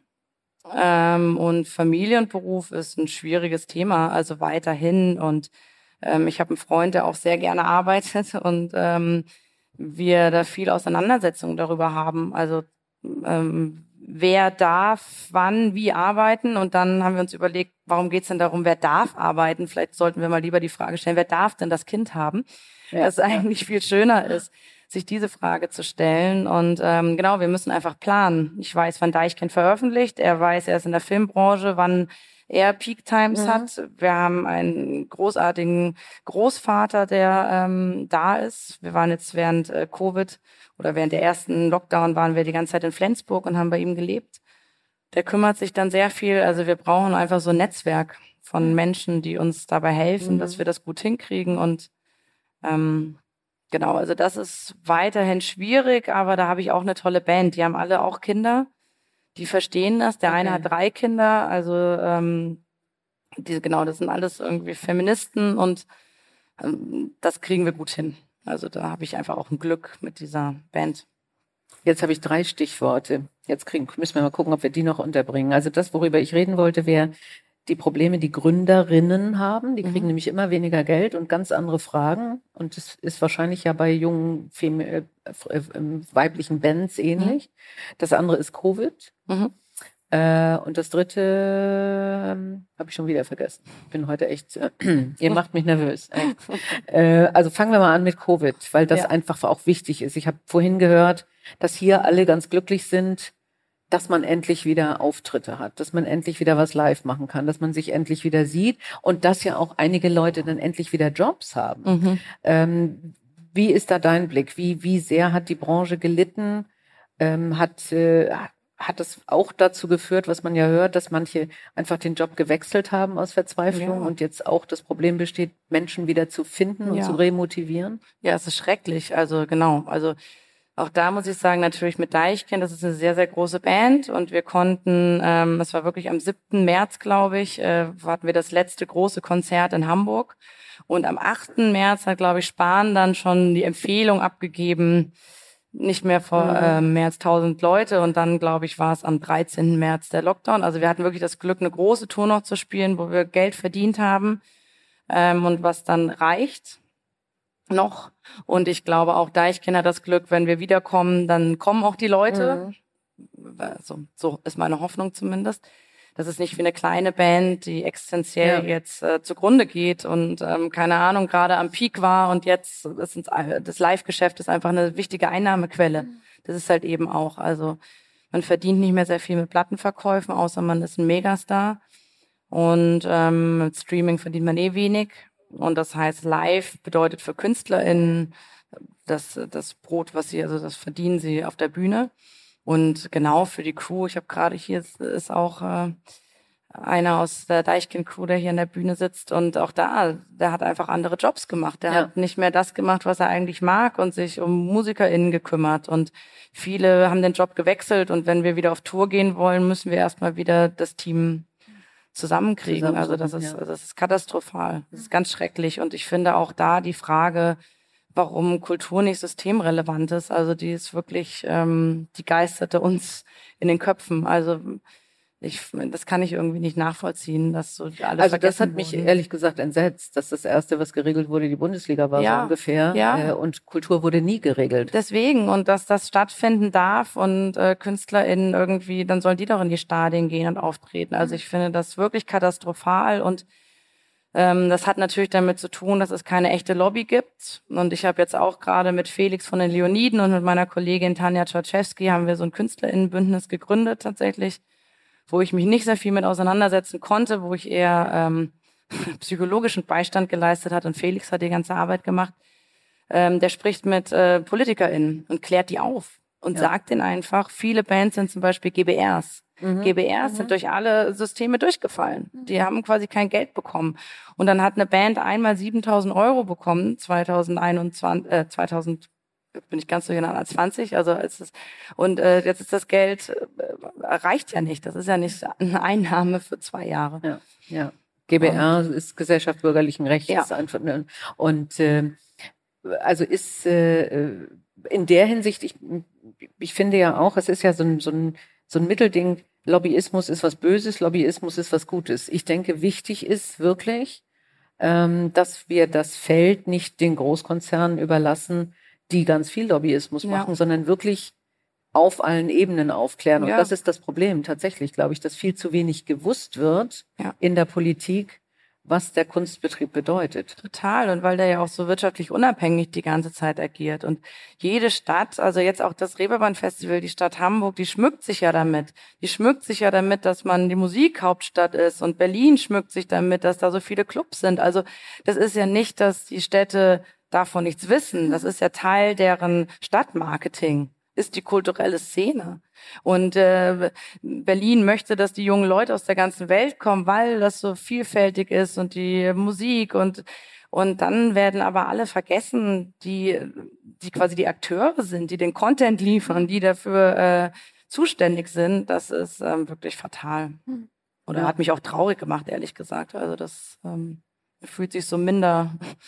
Und Familie und Beruf ist ein schwieriges Thema, also weiterhin. Und ich habe einen Freund, der auch sehr gerne arbeitet und wir da viel Auseinandersetzung darüber haben. Also wer darf wann wie arbeiten? Und dann haben wir uns überlegt, warum geht's denn darum, wer darf arbeiten? Vielleicht sollten wir mal lieber die Frage stellen, wer darf denn das Kind haben? Ja, das eigentlich viel schöner ist, sich diese Frage zu stellen. Und genau, wir müssen einfach planen. Ich weiß, wann Deichkind veröffentlicht. Er weiß, er ist in der Filmbranche, wann er Peak Times hat. Wir haben einen großartigen Großvater, der da ist. Wir waren jetzt während Covid oder während der ersten Lockdown waren wir die ganze Zeit in Flensburg und haben bei ihm gelebt. Der kümmert sich dann sehr viel. Also wir brauchen einfach so ein Netzwerk von Menschen, die uns dabei helfen, dass wir das gut hinkriegen. Und genau, also das ist weiterhin schwierig, aber da habe ich auch eine tolle Band. Die haben alle auch Kinder. Die verstehen das. Der eine hat 3 Kinder, also genau, das sind alles irgendwie Feministen und das kriegen wir gut hin. Also da habe ich einfach auch ein Glück mit dieser Band. Jetzt habe ich 3 Stichworte. Jetzt müssen wir mal gucken, ob wir die noch unterbringen. Also das, worüber ich reden wollte, wäre die Probleme, die Gründerinnen haben. Die kriegen nämlich immer weniger Geld und ganz andere Fragen. Und das ist wahrscheinlich ja bei jungen weiblichen Bands ähnlich. Das andere ist Covid. Und das dritte habe ich schon wieder vergessen. Ich bin heute echt, ihr macht mich nervös. Also fangen wir mal an mit Covid, weil das einfach auch wichtig ist. Ich habe vorhin gehört, dass hier alle ganz glücklich sind, dass man endlich wieder Auftritte hat, dass man endlich wieder was live machen kann, dass man sich endlich wieder sieht und dass ja auch einige Leute dann endlich wieder Jobs haben. Wie ist da dein Blick? Wie sehr hat die Branche gelitten? Hat das auch dazu geführt, was man ja hört, dass manche einfach den Job gewechselt haben aus Verzweiflung und jetzt auch das Problem besteht, Menschen wieder zu finden und zu remotivieren? Ja, es ist schrecklich. Also genau, also auch da muss ich sagen, natürlich mit Deichkind, das ist eine sehr, sehr große Band und wir konnten, es war wirklich am 7. März, glaube ich, hatten wir das letzte große Konzert in Hamburg und am 8. März hat, glaube ich, Spahn dann schon die Empfehlung abgegeben, nicht mehr vor mehr als 1000 Leute und dann, glaube ich, war es am 13. März der Lockdown. Also wir hatten wirklich das Glück, eine große Tour noch zu spielen, wo wir Geld verdient haben und was dann reicht noch. Und ich glaube auch Deichkind hat das Glück, wenn wir wiederkommen, dann kommen auch die Leute. Also, so ist meine Hoffnung zumindest. Das ist nicht wie eine kleine Band, die existenziell jetzt zugrunde geht und keine Ahnung, gerade am Peak war und jetzt das Live-Geschäft ist einfach eine wichtige Einnahmequelle. Das ist halt eben auch, also man verdient nicht mehr sehr viel mit Plattenverkäufen, außer man ist ein Megastar und mit Streaming verdient man eh wenig. Und das heißt, live bedeutet für KünstlerInnen das Brot, also das verdienen sie auf der Bühne. Und genau für die Crew, ich habe gerade hier ist auch einer aus der Deichkind-Crew, der hier in der Bühne sitzt. Und auch der hat einfach andere Jobs gemacht. Der hat nicht mehr das gemacht, was er eigentlich mag und sich um MusikerInnen gekümmert. Und viele haben den Job gewechselt. Und wenn wir wieder auf Tour gehen wollen, müssen wir erstmal wieder das Team zusammenkriegen. Also das ist katastrophal. Das ist ganz schrecklich. Und ich finde auch da die Frage, warum Kultur nicht systemrelevant ist, also die ist wirklich, die geisterte uns in den Köpfen. Also Das kann ich irgendwie nicht nachvollziehen, dass so alle Also das vergessen hat mich wurden. ehrlich gesagt entsetzt, dass das Erste, was geregelt wurde, die Bundesliga war, so Ja, ungefähr. ja. Und Kultur wurde nie geregelt. Deswegen, und dass das stattfinden darf und KünstlerInnen irgendwie, dann sollen die doch in die Stadien gehen und auftreten. Also ich finde das wirklich katastrophal und das hat natürlich damit zu tun, dass es keine echte Lobby gibt. Und ich habe jetzt auch gerade mit Felix von den Leoniden und mit meiner Kollegin Tanja Czorczewski haben wir so ein KünstlerInnenbündnis gegründet tatsächlich, wo ich mich nicht sehr viel mit auseinandersetzen konnte, wo ich eher psychologischen Beistand geleistet hat und Felix hat die ganze Arbeit gemacht. Der spricht mit PolitikerInnen und klärt die auf und sagt denen einfach, viele Bands sind zum Beispiel GBRs. GBRs sind durch alle Systeme durchgefallen. Die haben quasi kein Geld bekommen. Und dann hat eine Band einmal 7.000 Euro bekommen, 2000, bin ich ganz so genau, als 20, also und jetzt ist das Geld, reicht ja nicht. Das ist ja nicht eine Einnahme für 2 Jahre. Ja, ja. GBR ist Gesellschaft bürgerlichen Rechts. Ja. Und also ist in der Hinsicht, ich finde ja auch, es ist ja so ein Mittelding, Lobbyismus ist was Böses, Lobbyismus ist was Gutes. Ich denke, wichtig ist wirklich, dass wir das Feld nicht den Großkonzernen überlassen, die ganz viel Lobbyismus machen, sondern wirklich auf allen Ebenen aufklären. Und das ist das Problem tatsächlich, glaube ich, dass viel zu wenig gewusst wird in der Politik, was der Kunstbetrieb bedeutet. Total. Und weil der ja auch so wirtschaftlich unabhängig die ganze Zeit agiert. Und jede Stadt, also jetzt auch das Reeperbahn-Festival, die Stadt Hamburg, die schmückt sich ja damit. Die schmückt sich ja damit, dass man die Musikhauptstadt ist. Und Berlin schmückt sich damit, dass da so viele Clubs sind. Also das ist ja nicht, dass die Städte davon nichts wissen. Das ist ja Teil deren Stadtmarketing, ist die kulturelle Szene. Und Berlin möchte, dass die jungen Leute aus der ganzen Welt kommen, weil das so vielfältig ist und die Musik und dann werden aber alle vergessen, die quasi die Akteure sind, die den Content liefern, die dafür zuständig sind. Das ist wirklich fatal. Oder hat mich auch traurig gemacht, ehrlich gesagt. Also das fühlt sich so minder.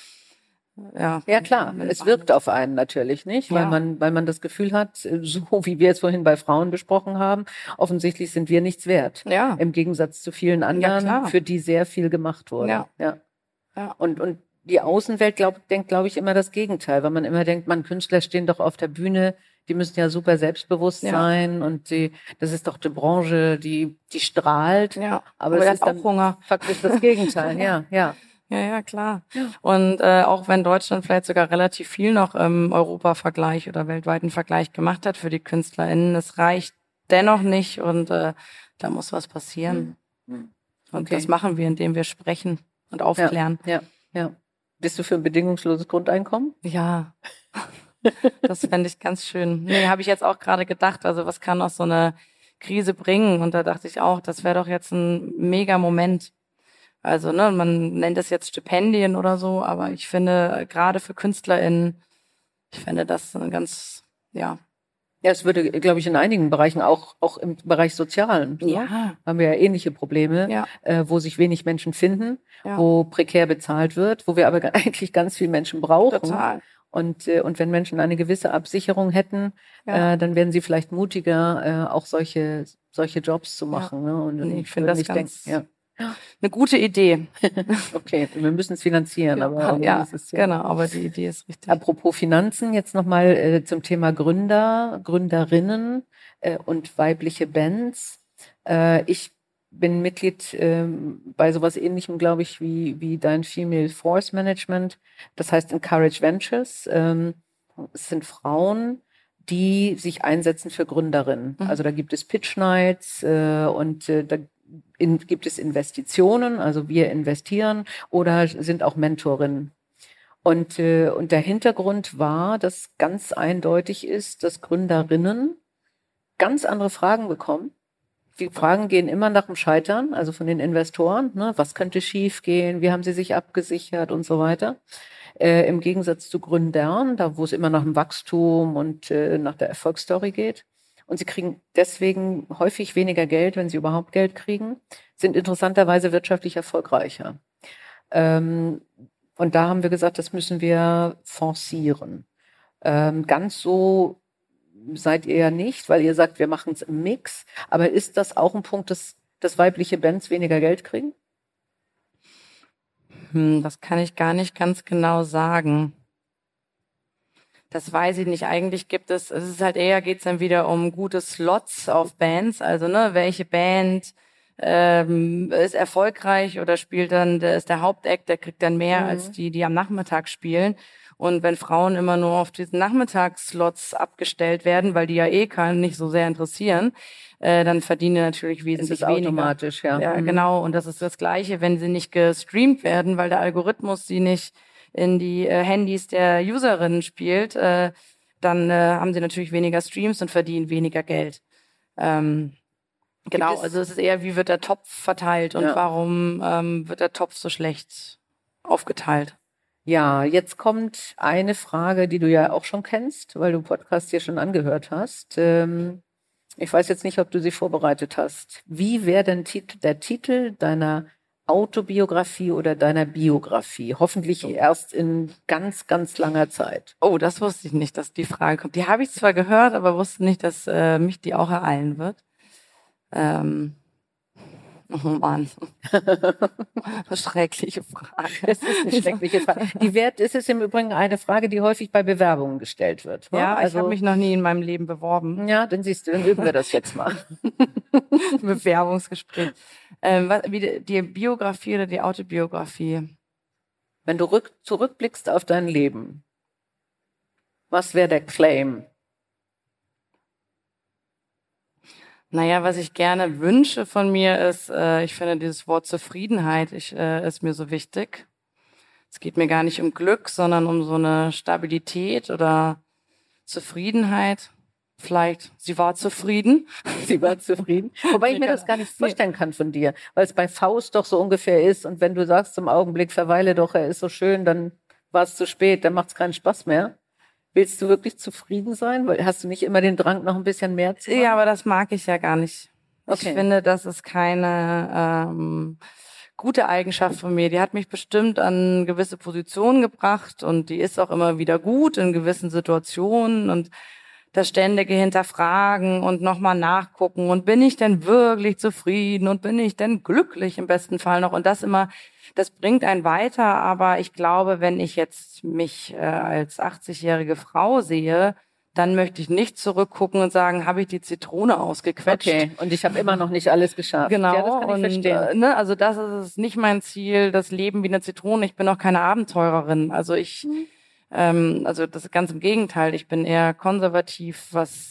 Ja, klar. Es wirkt auf einen natürlich nicht, weil man das Gefühl hat, so wie wir es vorhin bei Frauen besprochen haben, offensichtlich sind wir nichts wert. Ja. Im Gegensatz zu vielen anderen, für die sehr viel gemacht wurde. Ja. Und die Außenwelt denkt, glaube ich, immer das Gegenteil, weil man immer denkt, Künstler stehen doch auf der Bühne, die müssen ja super selbstbewusst sein und das ist doch die Branche, die strahlt. Ja. Aber es ist auch Hunger. Faktisch das Gegenteil. Ja. Ja, klar. Ja. Und auch wenn Deutschland vielleicht sogar relativ viel noch im Europa-Vergleich oder weltweiten Vergleich gemacht hat für die KünstlerInnen, es reicht dennoch nicht und da muss was passieren. Und das machen wir, indem wir sprechen und aufklären. Ja. Bist du für ein bedingungsloses Grundeinkommen? Ja. Das fände ich ganz schön. Nee, habe ich jetzt auch gerade gedacht, also was kann auch so eine Krise bringen? Und da dachte ich auch, das wäre doch jetzt ein mega Moment. Also, man nennt es jetzt Stipendien oder so, aber ich finde, gerade für KünstlerInnen, ich fände das ganz, Ja, es würde, glaube ich, in einigen Bereichen, auch im Bereich Sozialen, haben wir ja ähnliche Probleme, wo sich wenig Menschen finden, wo prekär bezahlt wird, wo wir aber eigentlich ganz viele Menschen brauchen. Total. Und wenn Menschen eine gewisse Absicherung hätten, dann wären sie vielleicht mutiger, auch solche Jobs zu machen. Ne? Und ich finde das ganz eine gute Idee. Okay, wir müssen es finanzieren, aber genau, aber die Idee ist richtig. Apropos Finanzen, jetzt nochmal zum Thema Gründerinnen und weibliche Bands. Ich bin Mitglied bei sowas Ähnlichem, glaube ich, wie dein Female Force Management. Das heißt Encourage Ventures. Es sind Frauen, die sich einsetzen für Gründerinnen. Also da gibt es Pitch Nights und da gibt es Investitionen, also wir investieren oder sind auch Mentorinnen. Und der Hintergrund war, dass ganz eindeutig ist, dass Gründerinnen ganz andere Fragen bekommen. Die Fragen gehen immer nach dem Scheitern, also von den Investoren. Ne? Was könnte schief gehen? Wie haben sie sich abgesichert und so weiter? Im Gegensatz zu Gründern, da wo es immer nach dem Wachstum und nach der Erfolgsstory geht. Und sie kriegen deswegen häufig weniger Geld, wenn sie überhaupt Geld kriegen, sind interessanterweise wirtschaftlich erfolgreicher. Und da haben wir gesagt, das müssen wir forcieren. Ganz so seid ihr ja nicht, weil ihr sagt, wir machen es im Mix. Aber ist das auch ein Punkt, dass dass weibliche Bands weniger Geld kriegen? Das kann ich gar nicht ganz genau sagen. Das weiß ich nicht. Eigentlich es ist halt eher, geht's dann wieder um gute Slots auf Bands. Also, ne, welche Band ist erfolgreich oder spielt dann, der ist der Hauptact, der kriegt dann mehr als die am Nachmittag spielen. Und wenn Frauen immer nur auf diesen Nachmittagsslots abgestellt werden, weil die ja nicht so sehr interessieren, dann verdienen die natürlich wesentlich weniger. Automatisch, ja. Ja, genau. Und das ist das Gleiche, wenn sie nicht gestreamt werden, weil der Algorithmus sie nicht in die Handys der Userinnen spielt, dann haben sie natürlich weniger Streams und verdienen weniger Geld. Genau, also es ist eher, wie wird der Topf verteilt und warum wird der Topf so schlecht aufgeteilt? Ja, jetzt kommt eine Frage, die du ja auch schon kennst, weil du Podcast hier schon angehört hast. Ich weiß jetzt nicht, ob du sie vorbereitet hast. Wie wäre denn der Titel deiner Autobiografie oder deiner Biografie? Hoffentlich erst in ganz, ganz langer Zeit. Oh, das wusste ich nicht, dass die Frage kommt. Die habe ich zwar gehört, aber wusste nicht, dass mich die auch ereilen wird. Oh Mann. Eine schreckliche Frage. Das ist eine schreckliche Frage. Es ist im Übrigen eine Frage, die häufig bei Bewerbungen gestellt wird. Ne? Ja, ich habe mich noch nie in meinem Leben beworben. Ja, dann siehst du, dann üben wir das jetzt mal. Bewerbungsgespräch. Wie die Biografie oder die Autobiografie? Wenn du zurückblickst auf dein Leben, was wäre der Claim? Naja, was ich gerne wünsche von mir ist, ich finde dieses Wort Zufriedenheit ist mir so wichtig. Es geht mir gar nicht um Glück, sondern um so eine Stabilität oder Zufriedenheit. Vielleicht, sie war zufrieden. Sie war zufrieden. Wobei ich mir das gar nicht vorstellen kann von dir, weil es bei Faust doch so ungefähr ist. Und wenn du sagst im Augenblick, verweile doch, er ist so schön, dann war es zu spät, dann macht es keinen Spaß mehr. Willst du wirklich zufrieden sein? Weil hast du nicht immer den Drang, noch ein bisschen mehr zu machen? Ja, aber das mag ich ja gar nicht. Okay. Ich finde, das ist keine gute Eigenschaft von mir. Die hat mich bestimmt an gewisse Positionen gebracht und die ist auch immer wieder gut in gewissen Situationen und das ständige Hinterfragen und nochmal nachgucken und bin ich denn wirklich zufrieden und bin ich denn glücklich im besten Fall noch und das bringt einen weiter, aber ich glaube, wenn ich jetzt mich als 80-jährige Frau sehe, dann möchte ich nicht zurückgucken und sagen, habe ich die Zitrone ausgequetscht. Okay, und ich habe immer noch nicht alles geschafft. Genau, ja, das kann ich verstehen. Also das ist es nicht mein Ziel, das Leben wie eine Zitrone. Ich bin auch keine Abenteurerin. Also also das ist ganz im Gegenteil. Ich bin eher konservativ, was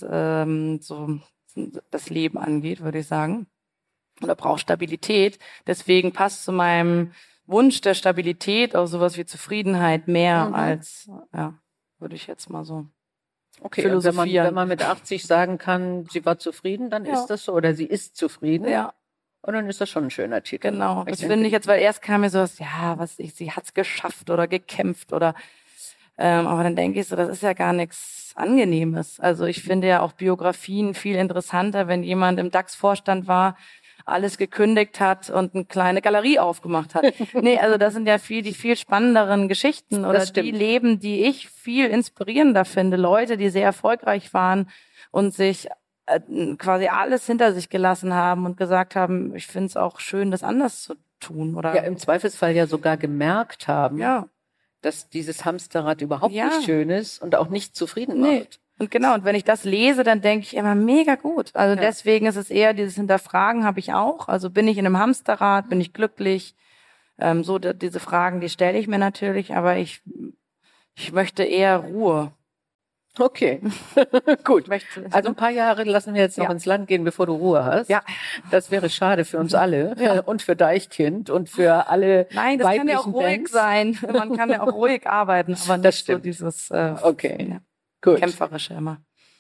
so das Leben angeht, würde ich sagen. Oder brauche Stabilität. Deswegen passt zu meinem Wunsch der Stabilität auch sowas wie Zufriedenheit mehr als, würde ich jetzt mal so philosophieren. Wenn man mit 80 sagen kann, sie war zufrieden, dann ist das so. Oder sie ist zufrieden. Ja. Und dann ist das schon ein schöner Titel. Genau. Das finde ich jetzt, weil erst kam mir sowas, sie hat's geschafft oder gekämpft oder aber dann denke ich so, das ist ja gar nichts Angenehmes. Also ich finde ja auch Biografien viel interessanter, wenn jemand im DAX-Vorstand war, alles gekündigt hat und eine kleine Galerie aufgemacht hat. Nee, also das sind ja die viel spannenderen Geschichten oder die Leben, die ich viel inspirierender finde. Leute, die sehr erfolgreich waren und sich quasi alles hinter sich gelassen haben und gesagt haben, ich finde es auch schön, das anders zu tun. Oder ja, im Zweifelsfall ja sogar gemerkt haben, dass dieses Hamsterrad überhaupt nicht schön ist und auch nicht zufrieden macht. Und genau, und wenn ich das lese, dann denke ich immer, mega gut. Also deswegen ist es eher dieses Hinterfragen habe ich auch. Also bin ich in einem Hamsterrad, bin ich glücklich? Diese Fragen, die stelle ich mir natürlich, aber ich möchte eher Ruhe. Okay, gut. Also ein paar Jahre lassen wir jetzt noch ins Land gehen, bevor du Ruhe hast. Ja. Das wäre schade für uns alle und für Deichkind und für alle. Nein, das kann ja auch ruhig Bands sein. Man kann ja auch ruhig arbeiten, aber nicht so dieses Gut. Kämpferische immer.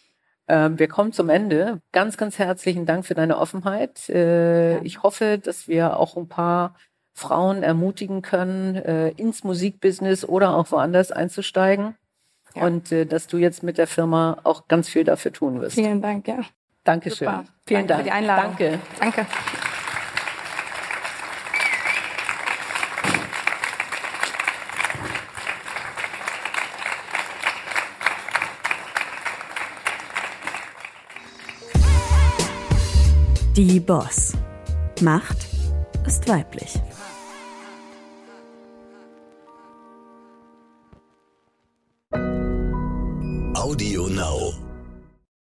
Wir kommen zum Ende. Ganz, ganz herzlichen Dank für deine Offenheit. Ich hoffe, dass wir auch ein paar Frauen ermutigen können, ins Musikbusiness oder auch woanders einzusteigen. Ja. Und dass du jetzt mit der Firma auch ganz viel dafür tun wirst. Vielen Dank, ja. Dankeschön. Super. Vielen Dank für die Einladung. Danke. Die Boss. Macht ist weiblich. Audio Now.